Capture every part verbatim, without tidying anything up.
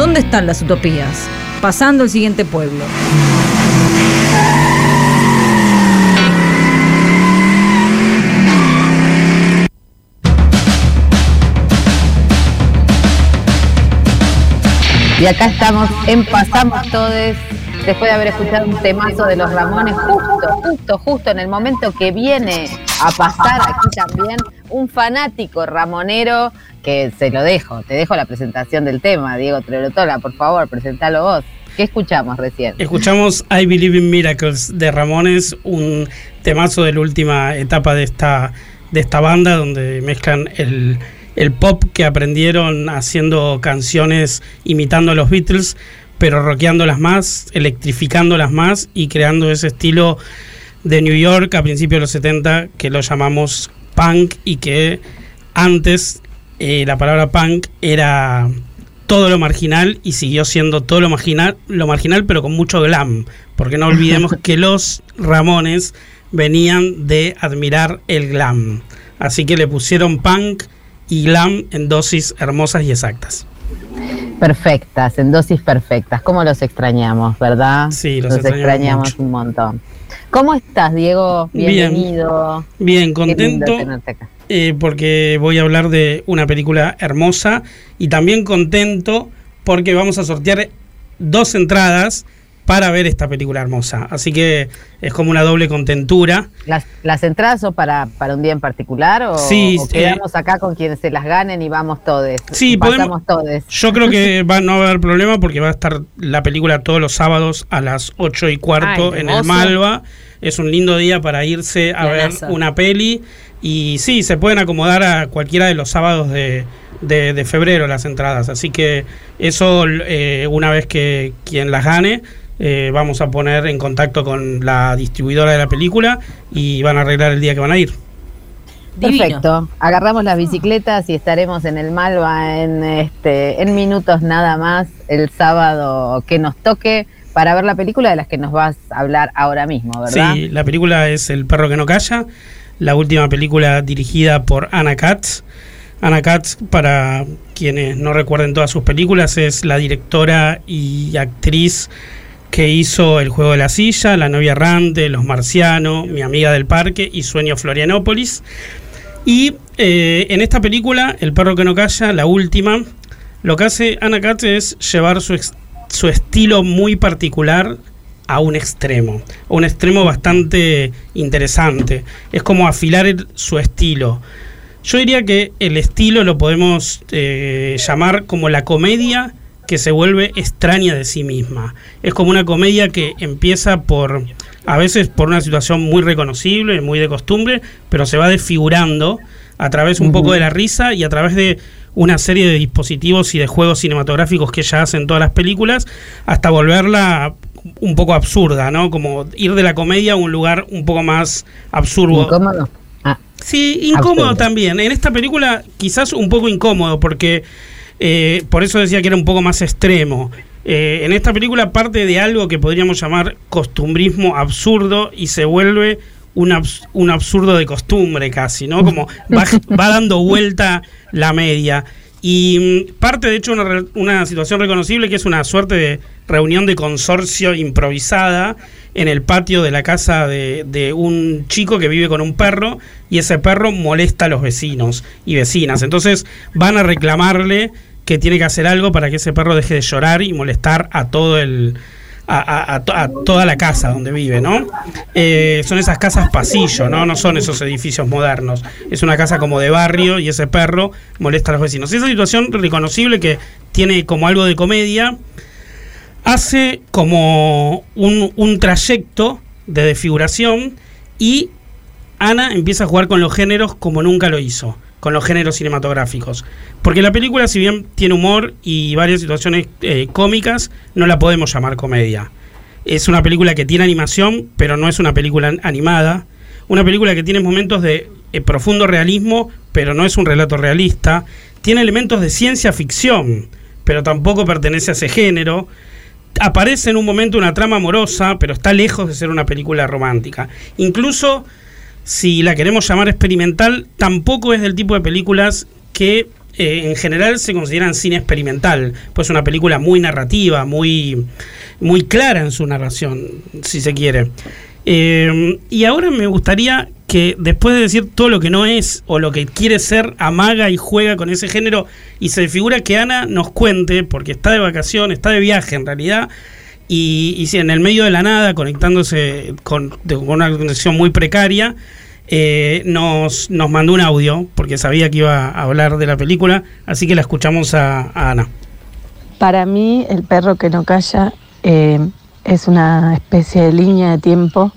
¿Dónde están las utopías? Pasando el siguiente pueblo. Y acá estamos en Pasamos Todes, después de haber escuchado un temazo de los Ramones, justo, justo, justo en el momento que viene a pasar aquí también un fanático ramonero, que se lo dejo, te dejo la presentación del tema, Diego Trerotola, por favor, presentalo vos. ¿Qué escuchamos recién? Escuchamos I Believe in Miracles de Ramones, un temazo de la última etapa de esta, de esta banda, donde mezclan el... el pop que aprendieron haciendo canciones imitando a los Beatles, pero rockeándolas más, electrificándolas más y creando ese estilo de New York a principios de los setenta que lo llamamos punk, y que antes eh, la palabra punk era todo lo marginal y siguió siendo todo lo marginal, lo marginal pero con mucho glam, porque no olvidemos que los Ramones venían de admirar el glam, así que le pusieron punk y glam en dosis hermosas y exactas. Perfectas, en dosis perfectas. ¿Cómo los extrañamos, verdad? Sí, los, los extrañamos, extrañamos mucho. un montón. ¿Cómo estás, Diego? Bienvenido. Bien, bien contento eh, porque voy a hablar de una película hermosa, y también contento porque vamos a sortear dos entradas para ver esta película hermosa, así que es como una doble contentura. ¿Las, las entradas son para, para un día en particular o, sí, o quedamos eh, acá con quienes se las ganen y vamos todos? Sí, pasamos podemos, todos. Yo creo que va, no va a haber problema, porque va a estar la película todos los sábados a las ocho y cuarto. Ay, en el Malva. Es un lindo día para irse a ver una peli, y sí, se pueden acomodar a cualquiera de los sábados de, de, de febrero las entradas, así que eso eh, una vez que quien las gane, Eh, vamos a poner en contacto con la distribuidora de la película y van a arreglar el día que van a ir. Divino. Perfecto. Agarramos las bicicletas y estaremos en el Malva en este en minutos nada más el sábado que nos toque para ver la película de las que nos vas a hablar ahora mismo, ¿verdad? Sí, la película es El perro que no calla, la última película dirigida por Anna Katz. Anna Katz, para quienes no recuerden todas sus películas, es la directora y actriz que hizo El juego de la silla, La novia errante, Los marcianos, Mi amiga del parque y Sueño Florianópolis. Y eh, en esta película, El perro que no calla, la última, lo que hace Anna Katz es llevar su, ex, su estilo muy particular a un extremo, a un extremo bastante interesante. Es como afilar el, su estilo. Yo diría que el estilo lo podemos eh, llamar como la comedia que se vuelve extraña de sí misma. Es como una comedia que empieza por, a veces por una situación muy reconocible, muy de costumbre, pero se va desfigurando a través un uh-huh. poco de la risa y a través de una serie de dispositivos y de juegos cinematográficos que ella hace en todas las películas, hasta volverla un poco absurda, ¿no? Como ir de la comedia a un lugar un poco más absurdo. ¿Incómodo? Ah, sí, incómodo absurdo. También. En esta película quizás un poco incómodo, porque Eh, por eso decía que era un poco más extremo. Eh, en esta película parte de algo que podríamos llamar costumbrismo absurdo y se vuelve un, abs- un absurdo de costumbre casi, ¿no? Como va, va dando vuelta la media. Y mm, parte de hecho una, una situación reconocible, que es una suerte de reunión de consorcio improvisada en el patio de la casa de, de un chico que vive con un perro, y ese perro molesta a los vecinos y vecinas. Entonces van a reclamarle que tiene que hacer algo para que ese perro deje de llorar y molestar a todo el a, a, a, a toda la casa donde vive, ¿no? Eh, son esas casas pasillo, ¿no? No son esos edificios modernos. Es una casa como de barrio y ese perro molesta a los vecinos. Esa situación reconocible que tiene como algo de comedia hace como un, un trayecto de desfiguración, y Ana empieza a jugar con los géneros como nunca lo hizo, con los géneros cinematográficos. Porque la película, si bien tiene humor y varias situaciones eh, cómicas, no la podemos llamar comedia. Es una película que tiene animación, pero no es una película animada. Una película que tiene momentos de eh, profundo realismo, pero no es un relato realista. Tiene elementos de ciencia ficción, pero tampoco pertenece a ese género. Aparece en un momento una trama amorosa, pero está lejos de ser una película romántica. Incluso si la queremos llamar experimental, tampoco es del tipo de películas que eh, en general se consideran cine experimental, pues una película muy narrativa, muy, muy clara en su narración, si se quiere. Eh, y ahora me gustaría que, después de decir todo lo que no es o lo que quiere ser, amaga y juega con ese género, y se figura que Ana nos cuente, porque está de vacación, está de viaje en realidad, y, y si en el medio de la nada, conectándose con, de, con una conexión muy precaria, eh, nos, nos mandó un audio, porque sabía que iba a hablar de la película, así que la escuchamos a, a Ana. Para mí, El perro que no calla eh, es una especie de línea de tiempo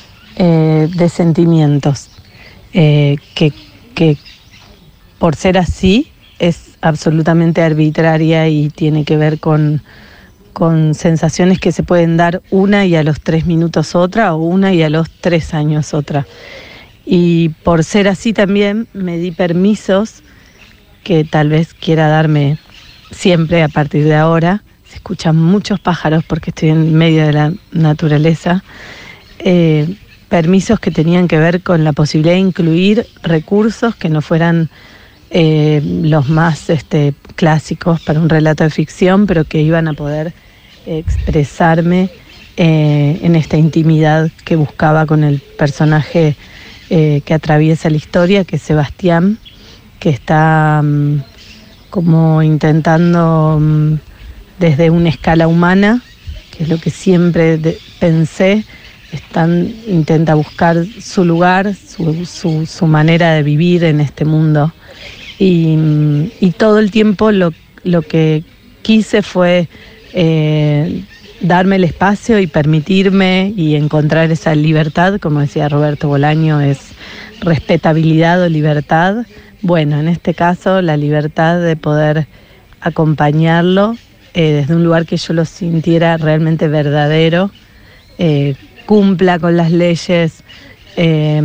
eh, de sentimientos eh, que, que por ser así es absolutamente arbitraria y tiene que ver con, con sensaciones que se pueden dar una y a los tres minutos otra, o una y a los tres años otra. Y por ser así también me di permisos que tal vez quiera darme siempre a partir de ahora. Se escuchan muchos pájaros porque estoy en medio de la naturaleza. Eh, permisos que tenían que ver con la posibilidad de incluir recursos que no fueran eh, los más este, clásicos para un relato de ficción, pero que iban a poder expresarme eh, en esta intimidad que buscaba con el personaje eh, que atraviesa la historia, que es Sebastián, que está um, como intentando... Um, desde una escala humana, que es lo que siempre de, pensé, están, intenta buscar su lugar, su, su, su manera de vivir en este mundo. Y, y todo el tiempo lo, lo que quise fue eh, darme el espacio y permitirme y encontrar esa libertad, como decía Roberto Bolaño, es respetabilidad o libertad. Bueno, en este caso la libertad de poder acompañarlo Eh, desde un lugar que yo lo sintiera realmente verdadero, eh, cumpla con las leyes eh,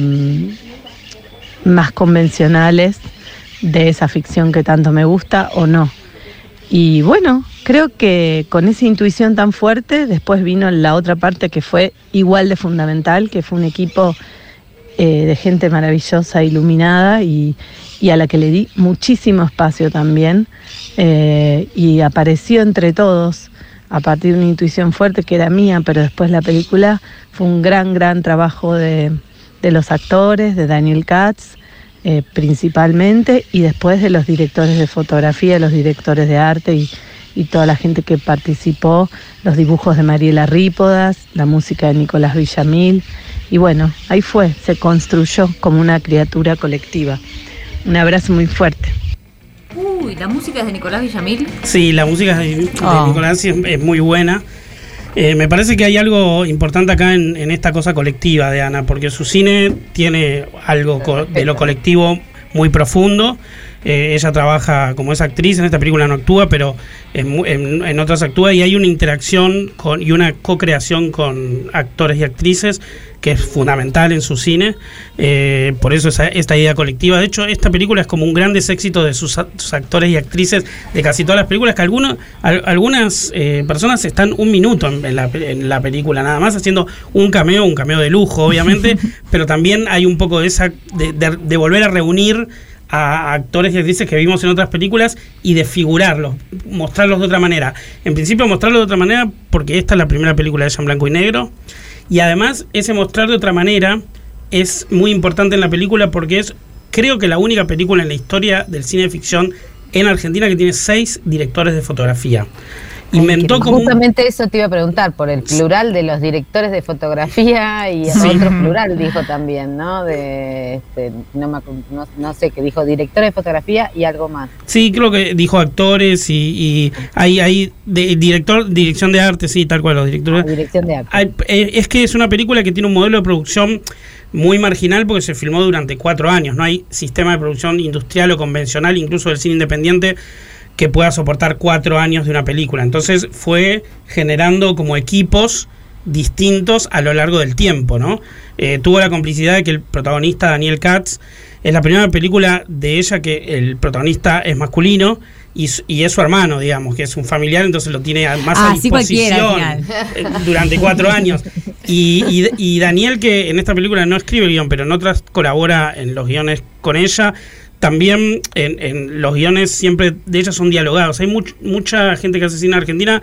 más convencionales de esa ficción que tanto me gusta o no. Y bueno, creo que con esa intuición tan fuerte, después vino la otra parte que fue igual de fundamental, que fue un equipo eh, de gente maravillosa, iluminada, y, y a la que le di muchísimo espacio también. Eh, y apareció entre todos a partir de una intuición fuerte que era mía, pero después la película fue un gran, gran trabajo de, de los actores, de Daniel Katz eh, principalmente, y después de los directores de fotografía, los directores de arte y, y toda la gente que participó, los dibujos de Mariela Rípodas, la música de Nicolás Villamil, y bueno, ahí fue, se construyó como una criatura colectiva. Un abrazo muy fuerte. Uy, ¿la música es de Nicolás Villamil? Sí, la música de, de oh. Nicolás es, es muy buena. Eh, me parece que hay algo importante acá en, en esta cosa colectiva de Ana, porque su cine tiene algo co- de lo colectivo muy profundo. Eh, ella trabaja como es actriz, en esta película no actúa, pero en, en, en otras actúa, y hay una interacción con, y una co-creación con actores y actrices que es fundamental en su cine. Eh, por eso esa, esta idea colectiva. De hecho, esta película es como un gran éxito de sus, sus actores y actrices de casi todas las películas, que algunos, al, algunas eh, personas están un minuto en, en, la, en la película nada más, haciendo un cameo, un cameo de lujo, obviamente, pero también hay un poco de esa de, de, de volver a reunir a actores y actrices que vimos en otras películas y de figurarlos, mostrarlos de otra manera. En principio mostrarlos de otra manera porque esta es la primera película de ella en blanco y negro, y además ese mostrar de otra manera es muy importante en la película porque es, creo que la única película en la historia del cine de ficción en Argentina que tiene seis directores de fotografía. Inventó como justamente un... eso te iba a preguntar, por el plural de los directores de fotografía y sí. Otro plural dijo también, ¿no? De este, no, me, no, no sé, que dijo directores de fotografía y algo más. Sí, creo que dijo actores y, y hay, hay de, director, dirección de arte, sí, tal cual, los directores. Ah, dirección de arte. Hay, es que es una película que tiene un modelo de producción muy marginal porque se filmó durante cuatro años. No hay sistema de producción industrial o convencional, incluso del cine independiente, que pueda soportar cuatro años de una película. Entonces fue generando como equipos distintos a lo largo del tiempo, ¿no? Eh, tuvo la complicidad de que el protagonista, Daniel Katz, es la primera película de ella que el protagonista es masculino y, y es su hermano, digamos, que es un familiar, entonces lo tiene más ah, a disposición durante cuatro años. Y, y, y Daniel, que en esta película no escribe el guión, pero en otras colabora en los guiones con ella, también en, en los guiones siempre de ellas son dialogados. Hay much, mucha gente que hace cine en Argentina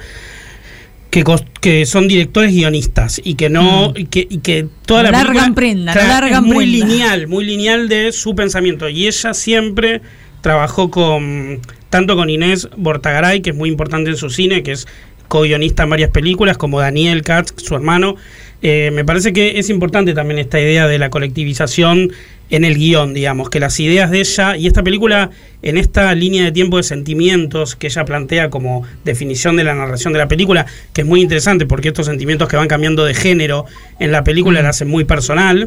que, que son directores guionistas y que no mm. y que, y que toda la largan película prenda, claro, largan es muy prenda. lineal, muy lineal de su pensamiento. Y ella siempre trabajó con tanto con Inés Bortagaray, que es muy importante en su cine, que es co-guionista en varias películas, como Daniel Katz, su hermano. Eh, me parece que es importante también esta idea de la colectivización en el guión, digamos, que las ideas de ella, y esta película, en esta línea de tiempo de sentimientos que ella plantea como definición de la narración de la película, que es muy interesante porque estos sentimientos que van cambiando de género en la película mm. la hacen muy personal,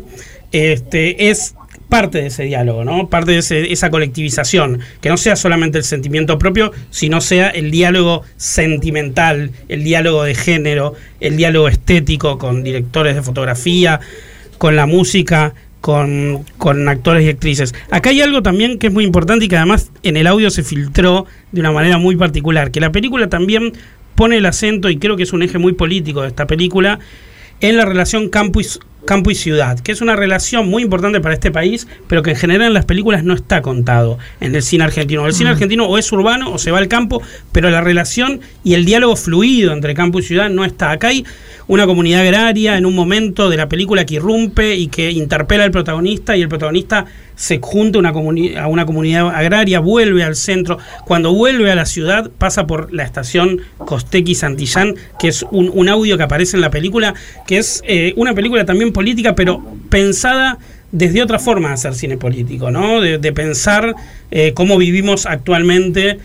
este, es parte de ese diálogo, ¿no? Parte de ese, esa colectivización, que no sea solamente el sentimiento propio, sino sea el diálogo sentimental, el diálogo de género, el diálogo estético con directores de fotografía, con la música, con, con actores y actrices. Acá hay algo también que es muy importante y que además en el audio se filtró de una manera muy particular, que la película también pone el acento, y creo que es un eje muy político de esta película, en la relación campo y, campo y ciudad, que es una relación muy importante para este país, pero que en general en las películas no está contado en el cine argentino. El cine argentino o es urbano o se va al campo, pero la relación y el diálogo fluido entre campo y ciudad no está. Acá hay una comunidad agraria en un momento de la película que irrumpe y que interpela al protagonista, y el protagonista se junta una comuni- a una comunidad agraria, vuelve al centro. Cuando vuelve a la ciudad pasa por la estación Costequi-Santillán, que es un, un audio que aparece en la película, que es eh, una película también política, pero pensada desde otra forma de hacer cine político, ¿no? De, de pensar eh, cómo vivimos actualmente,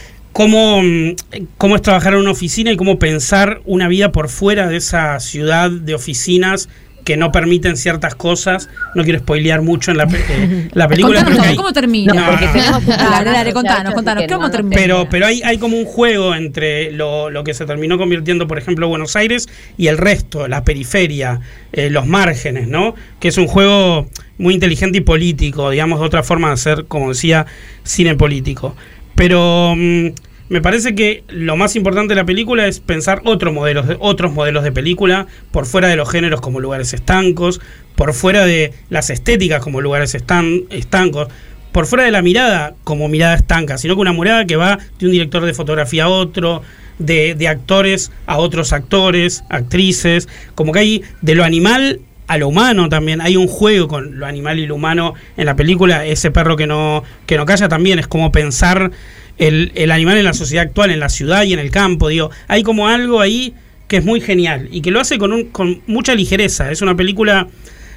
cómo, cómo es trabajar en una oficina y cómo pensar una vida por fuera de esa ciudad de oficinas que no permiten ciertas cosas. No quiero spoilear mucho en la, eh, la película. Contanos, pero hay, ¿cómo termina? No, porque no, tenemos un dale, planazo, dale, contanos, muchachos, contanos, así que ¿cómo no, termina? Pero, pero hay, hay como un juego entre lo, lo que se terminó convirtiendo, por ejemplo, Buenos Aires y el resto, la periferia, eh, los márgenes, ¿no? Que es un juego muy inteligente y político, digamos, de otra forma de hacer, como decía, cine político. Pero mmm, me parece que lo más importante de la película es pensar otros modelos, de, otros modelos de película, por fuera de los géneros como lugares estancos, por fuera de las estéticas como lugares estan, estancos, por fuera de la mirada como mirada estanca, sino que una mirada que va de un director de fotografía a otro, de, de actores a otros actores, actrices, como que hay de lo animal a lo humano también. Hay un juego con lo animal y lo humano en la película. Ese perro que no, que no calla también es como pensar el, el animal en la sociedad actual, en la ciudad y en el campo. Digo, hay como algo ahí que es muy genial y que lo hace con, un, con mucha ligereza. Es una película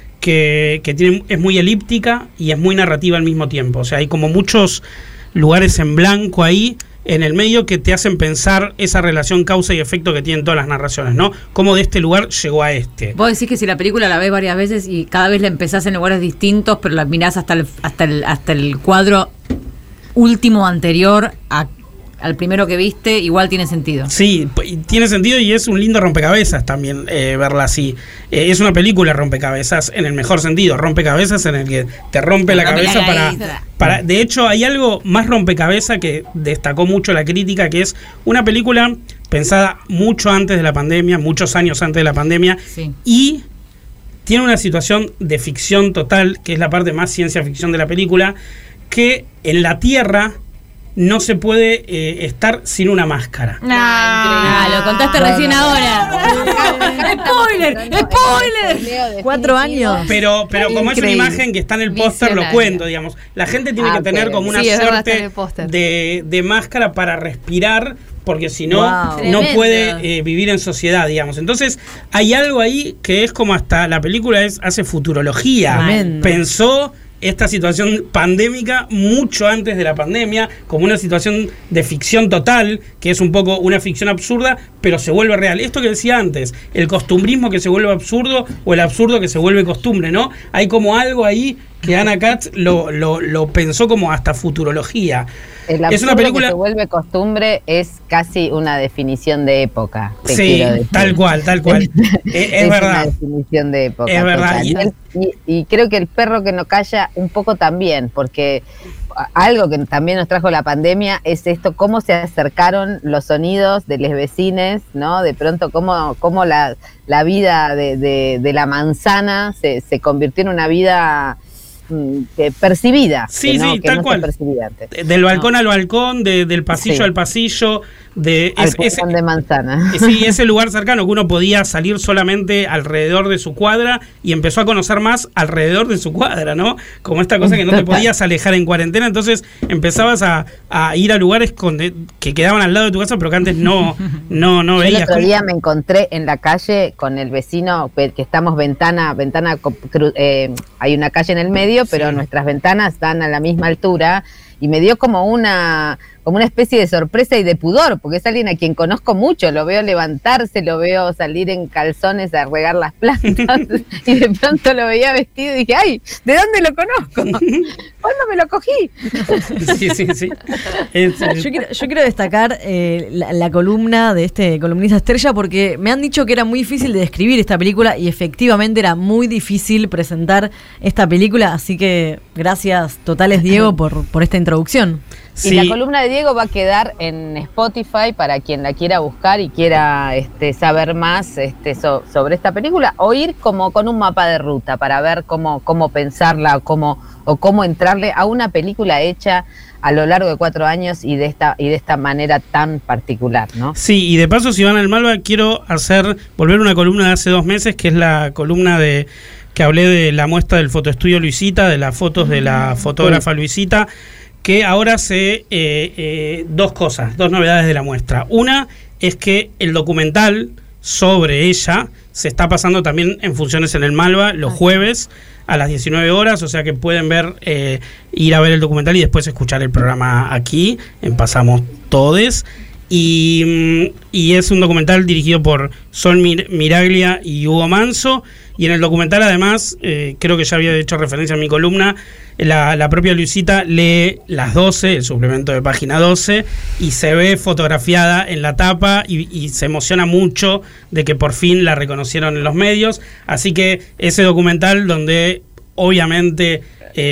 que, que tiene, es muy elíptica y es muy narrativa al mismo tiempo. O sea, hay como muchos lugares en blanco ahí en el medio que te hacen pensar esa relación causa y efecto que tienen todas las narraciones, ¿no? Cómo de este lugar llegó a este. Vos decís que si la película la ves varias veces y cada vez la empezás en lugares distintos, pero la mirás hasta el, hasta el, hasta el cuadro último anterior a, al primero que viste, igual tiene sentido. Sí, tiene sentido y es un lindo rompecabezas también eh, verla así. Eh, es una película rompecabezas en el mejor sentido, rompecabezas en el que te rompe la cabeza para, para... De hecho, hay algo más rompecabezas que destacó mucho la crítica, que es una película pensada mucho antes de la pandemia, muchos años antes de la pandemia, sí. Y tiene una situación de ficción total, que es la parte más ciencia ficción de la película, que en la Tierra no se puede eh, estar sin una máscara. Ah, lo contaste no, recién no, ahora. ¡Spoiler! ¡Spoiler! Cuatro años. Pero, pero como Increíble. Es una imagen que está en el póster, lo cuento, digamos. La gente tiene Ah, que tener okay. como una Sí, es verdad, está en suerte el póster. de, de máscara para respirar, porque si no, Wow. no Tremendo. puede eh, vivir en sociedad, digamos. Entonces, hay algo ahí que es como hasta la película es hace futurología. Tremendo. Pensó esta situación pandémica mucho antes de la pandemia, como una situación de ficción total, que es un poco una ficción absurda, pero se vuelve real. Esto que decía antes, el costumbrismo que se vuelve absurdo o el absurdo que se vuelve costumbre, ¿no? Hay como algo ahí que Anna Katz lo, lo, lo pensó como hasta futurología. El Es una absurdo película... que se vuelve costumbre es casi una definición de época. Te Sí, quiero decir. tal cual, tal cual. es, es, es verdad. una definición de época. Es verdad. total. Y, y, y creo que el perro que no calla un poco también, porque algo que también nos trajo la pandemia es esto, cómo se acercaron los sonidos de los vecines, ¿no? De pronto cómo, cómo la, la vida de, de, de la manzana se, se convirtió en una vida que percibida. Sí, que no, sí, que tal no cual. se percibía antes. Del balcón No. al balcón, de, del pasillo Sí. al pasillo, de Al es- ese, pulmón de manzana. sí, ese lugar cercano que uno podía salir solamente alrededor de su cuadra y empezó a conocer más alrededor de su cuadra, ¿no? Como esta cosa que no te podías alejar en cuarentena, entonces empezazas a, a ir a lugares con de- que quedaban al lado de tu casa, pero que antes no, no, no Yo veías. el otro ¿Cómo? día me encontré en la calle con el vecino, que que estamos ventana, ventana, co- cru- eh, hay una calle en el medio, pero Sí. nuestras ventanas dan a la misma altura, y me dio como una, como una especie de sorpresa y de pudor, porque es alguien a quien conozco mucho, lo veo levantarse, lo veo salir en calzones a regar las plantas, y de pronto lo veía vestido y dije, ay, ¿de dónde lo conozco? ¿Cuándo me lo cogí? Sí, sí, sí. Es, eh, Yo quiero, yo quiero destacar eh, la, la columna de este columnista estrella porque me han dicho que era muy difícil de describir esta película y efectivamente era muy difícil presentar esta película, así que gracias totales Diego por, por esta introducción. Y la columna de Diego va a quedar en Spotify para quien la quiera buscar y quiera este, saber más este, so- sobre esta película, o ir como con un mapa de ruta para ver cómo, cómo pensarla o cómo, o cómo entrarle a una película hecha a lo largo de cuatro años y de esta, y de esta manera tan particular, ¿no? Sí, y de paso, si van al Malva, quiero hacer, volver una columna de hace dos meses, que es la columna de que hablé de la muestra del fotoestudio Luisita, de las fotos de la fotógrafa Luisita, que ahora se eh, eh, dos cosas, dos novedades de la muestra. Una es que el documental sobre ella se está pasando también en funciones en el Malva los jueves a las diecinueve horas, o sea que pueden ver, eh, ir a ver el documental y después escuchar el programa aquí, en Pasamos Todes. Y, mm, y es un documental dirigido por Sol Mir- Miraglia y Hugo Manso. Y en el documental, además, eh, creo que ya había hecho referencia en mi columna, la, la propia Luisita lee Las doce, el suplemento de Página doce, y se ve fotografiada en la tapa y, y se emociona mucho de que por fin la reconocieron en los medios. Así que ese documental donde obviamente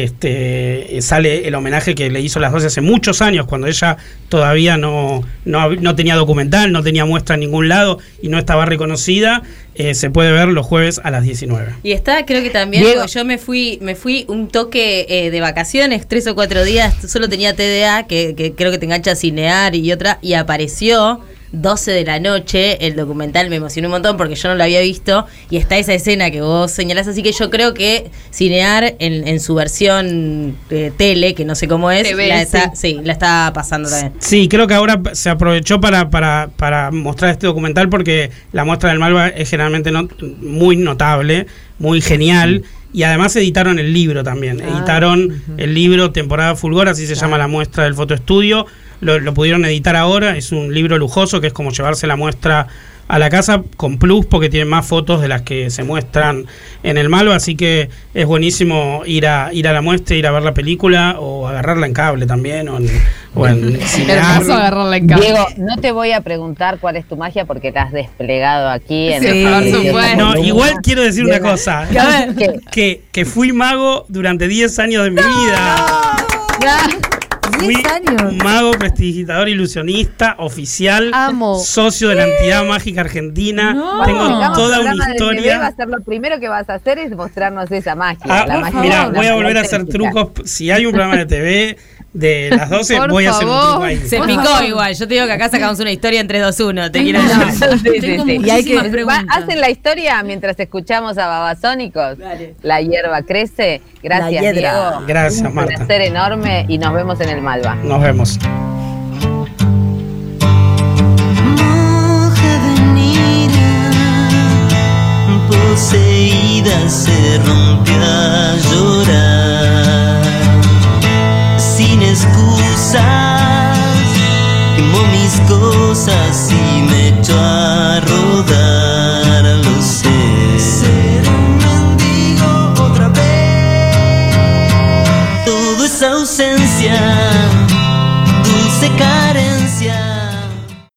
este, sale el homenaje que le hizo Las doce hace muchos años, cuando ella todavía no, no, no tenía documental, no tenía muestra en ningún lado y no estaba reconocida, eh, se puede ver los jueves a las diecinueve. Y está, creo que también, Diego. porque yo me fui me fui un toque eh, de vacaciones, tres o cuatro días, solo tenía T D A, que, que creo que te engancha a Cinear y otra, y apareció doce de la noche, el documental me emocionó un montón porque yo no lo había visto, y está esa escena que vos señalás, así que yo creo que Cinear en, en su versión eh, tele, que no sé cómo es, T V, la está, sí. sí, la está pasando también. Sí, creo que ahora se aprovechó para, para, para mostrar este documental porque la muestra del Malva es generalmente no- muy notable, muy genial. Y además editaron el libro también. Ah, editaron uh-huh. el libro Temporada Fulgor, así se Claro. llama la muestra del fotoestudio. Lo, lo pudieron editar ahora. Es un libro lujoso que es como llevarse la muestra a la casa con plus porque tiene más fotos de las que se muestran en el Malva. Así que es buenísimo ir a ir a la muestra, ir a ver la película o agarrarla en cable también o en, o en Cinear. Hermoso agarrarla en casa. Diego, no te voy a preguntar cuál es tu magia porque la has desplegado aquí en Sí, el por en esta supuesto. No, columna. igual quiero decir una cosa. A ver, ¿qué? Que, que fui mago durante diez años de mi vida. Fui diez años. mago, prestidigitador, ilusionista, oficial, Amo. socio de la entidad mágica argentina. No. Tengo Llegamos toda al una programa del bebé, va a historia. ser lo primero que vas a hacer es mostrarnos esa magia. Ah, la magia mira, de la voy a volver a hacer eléctrica. trucos. Si hay un programa de T V de las doce, Por voy a hacer un favor. truco ahí. Se Por picó favor. igual, yo te digo que acá sacamos una historia en tres, dos, uno, te quiero Sí, decir. sí, Tengo sí. Y hay que- muchísimas Va- preguntas. hacen la historia mientras escuchamos a Babasónicos. Dale. La hierba crece. Gracias, La hiedra. Diego. Gracias, Un Marta. placer enorme y nos vemos en el Malva. Nos vemos. Monja venida, poseída, se rompió a llorar. Sin excusas, quemó mis cosas y me echó a rodar. Lo sé. Ser un mendigo otra vez. Todo es ausencia, dulce carencia.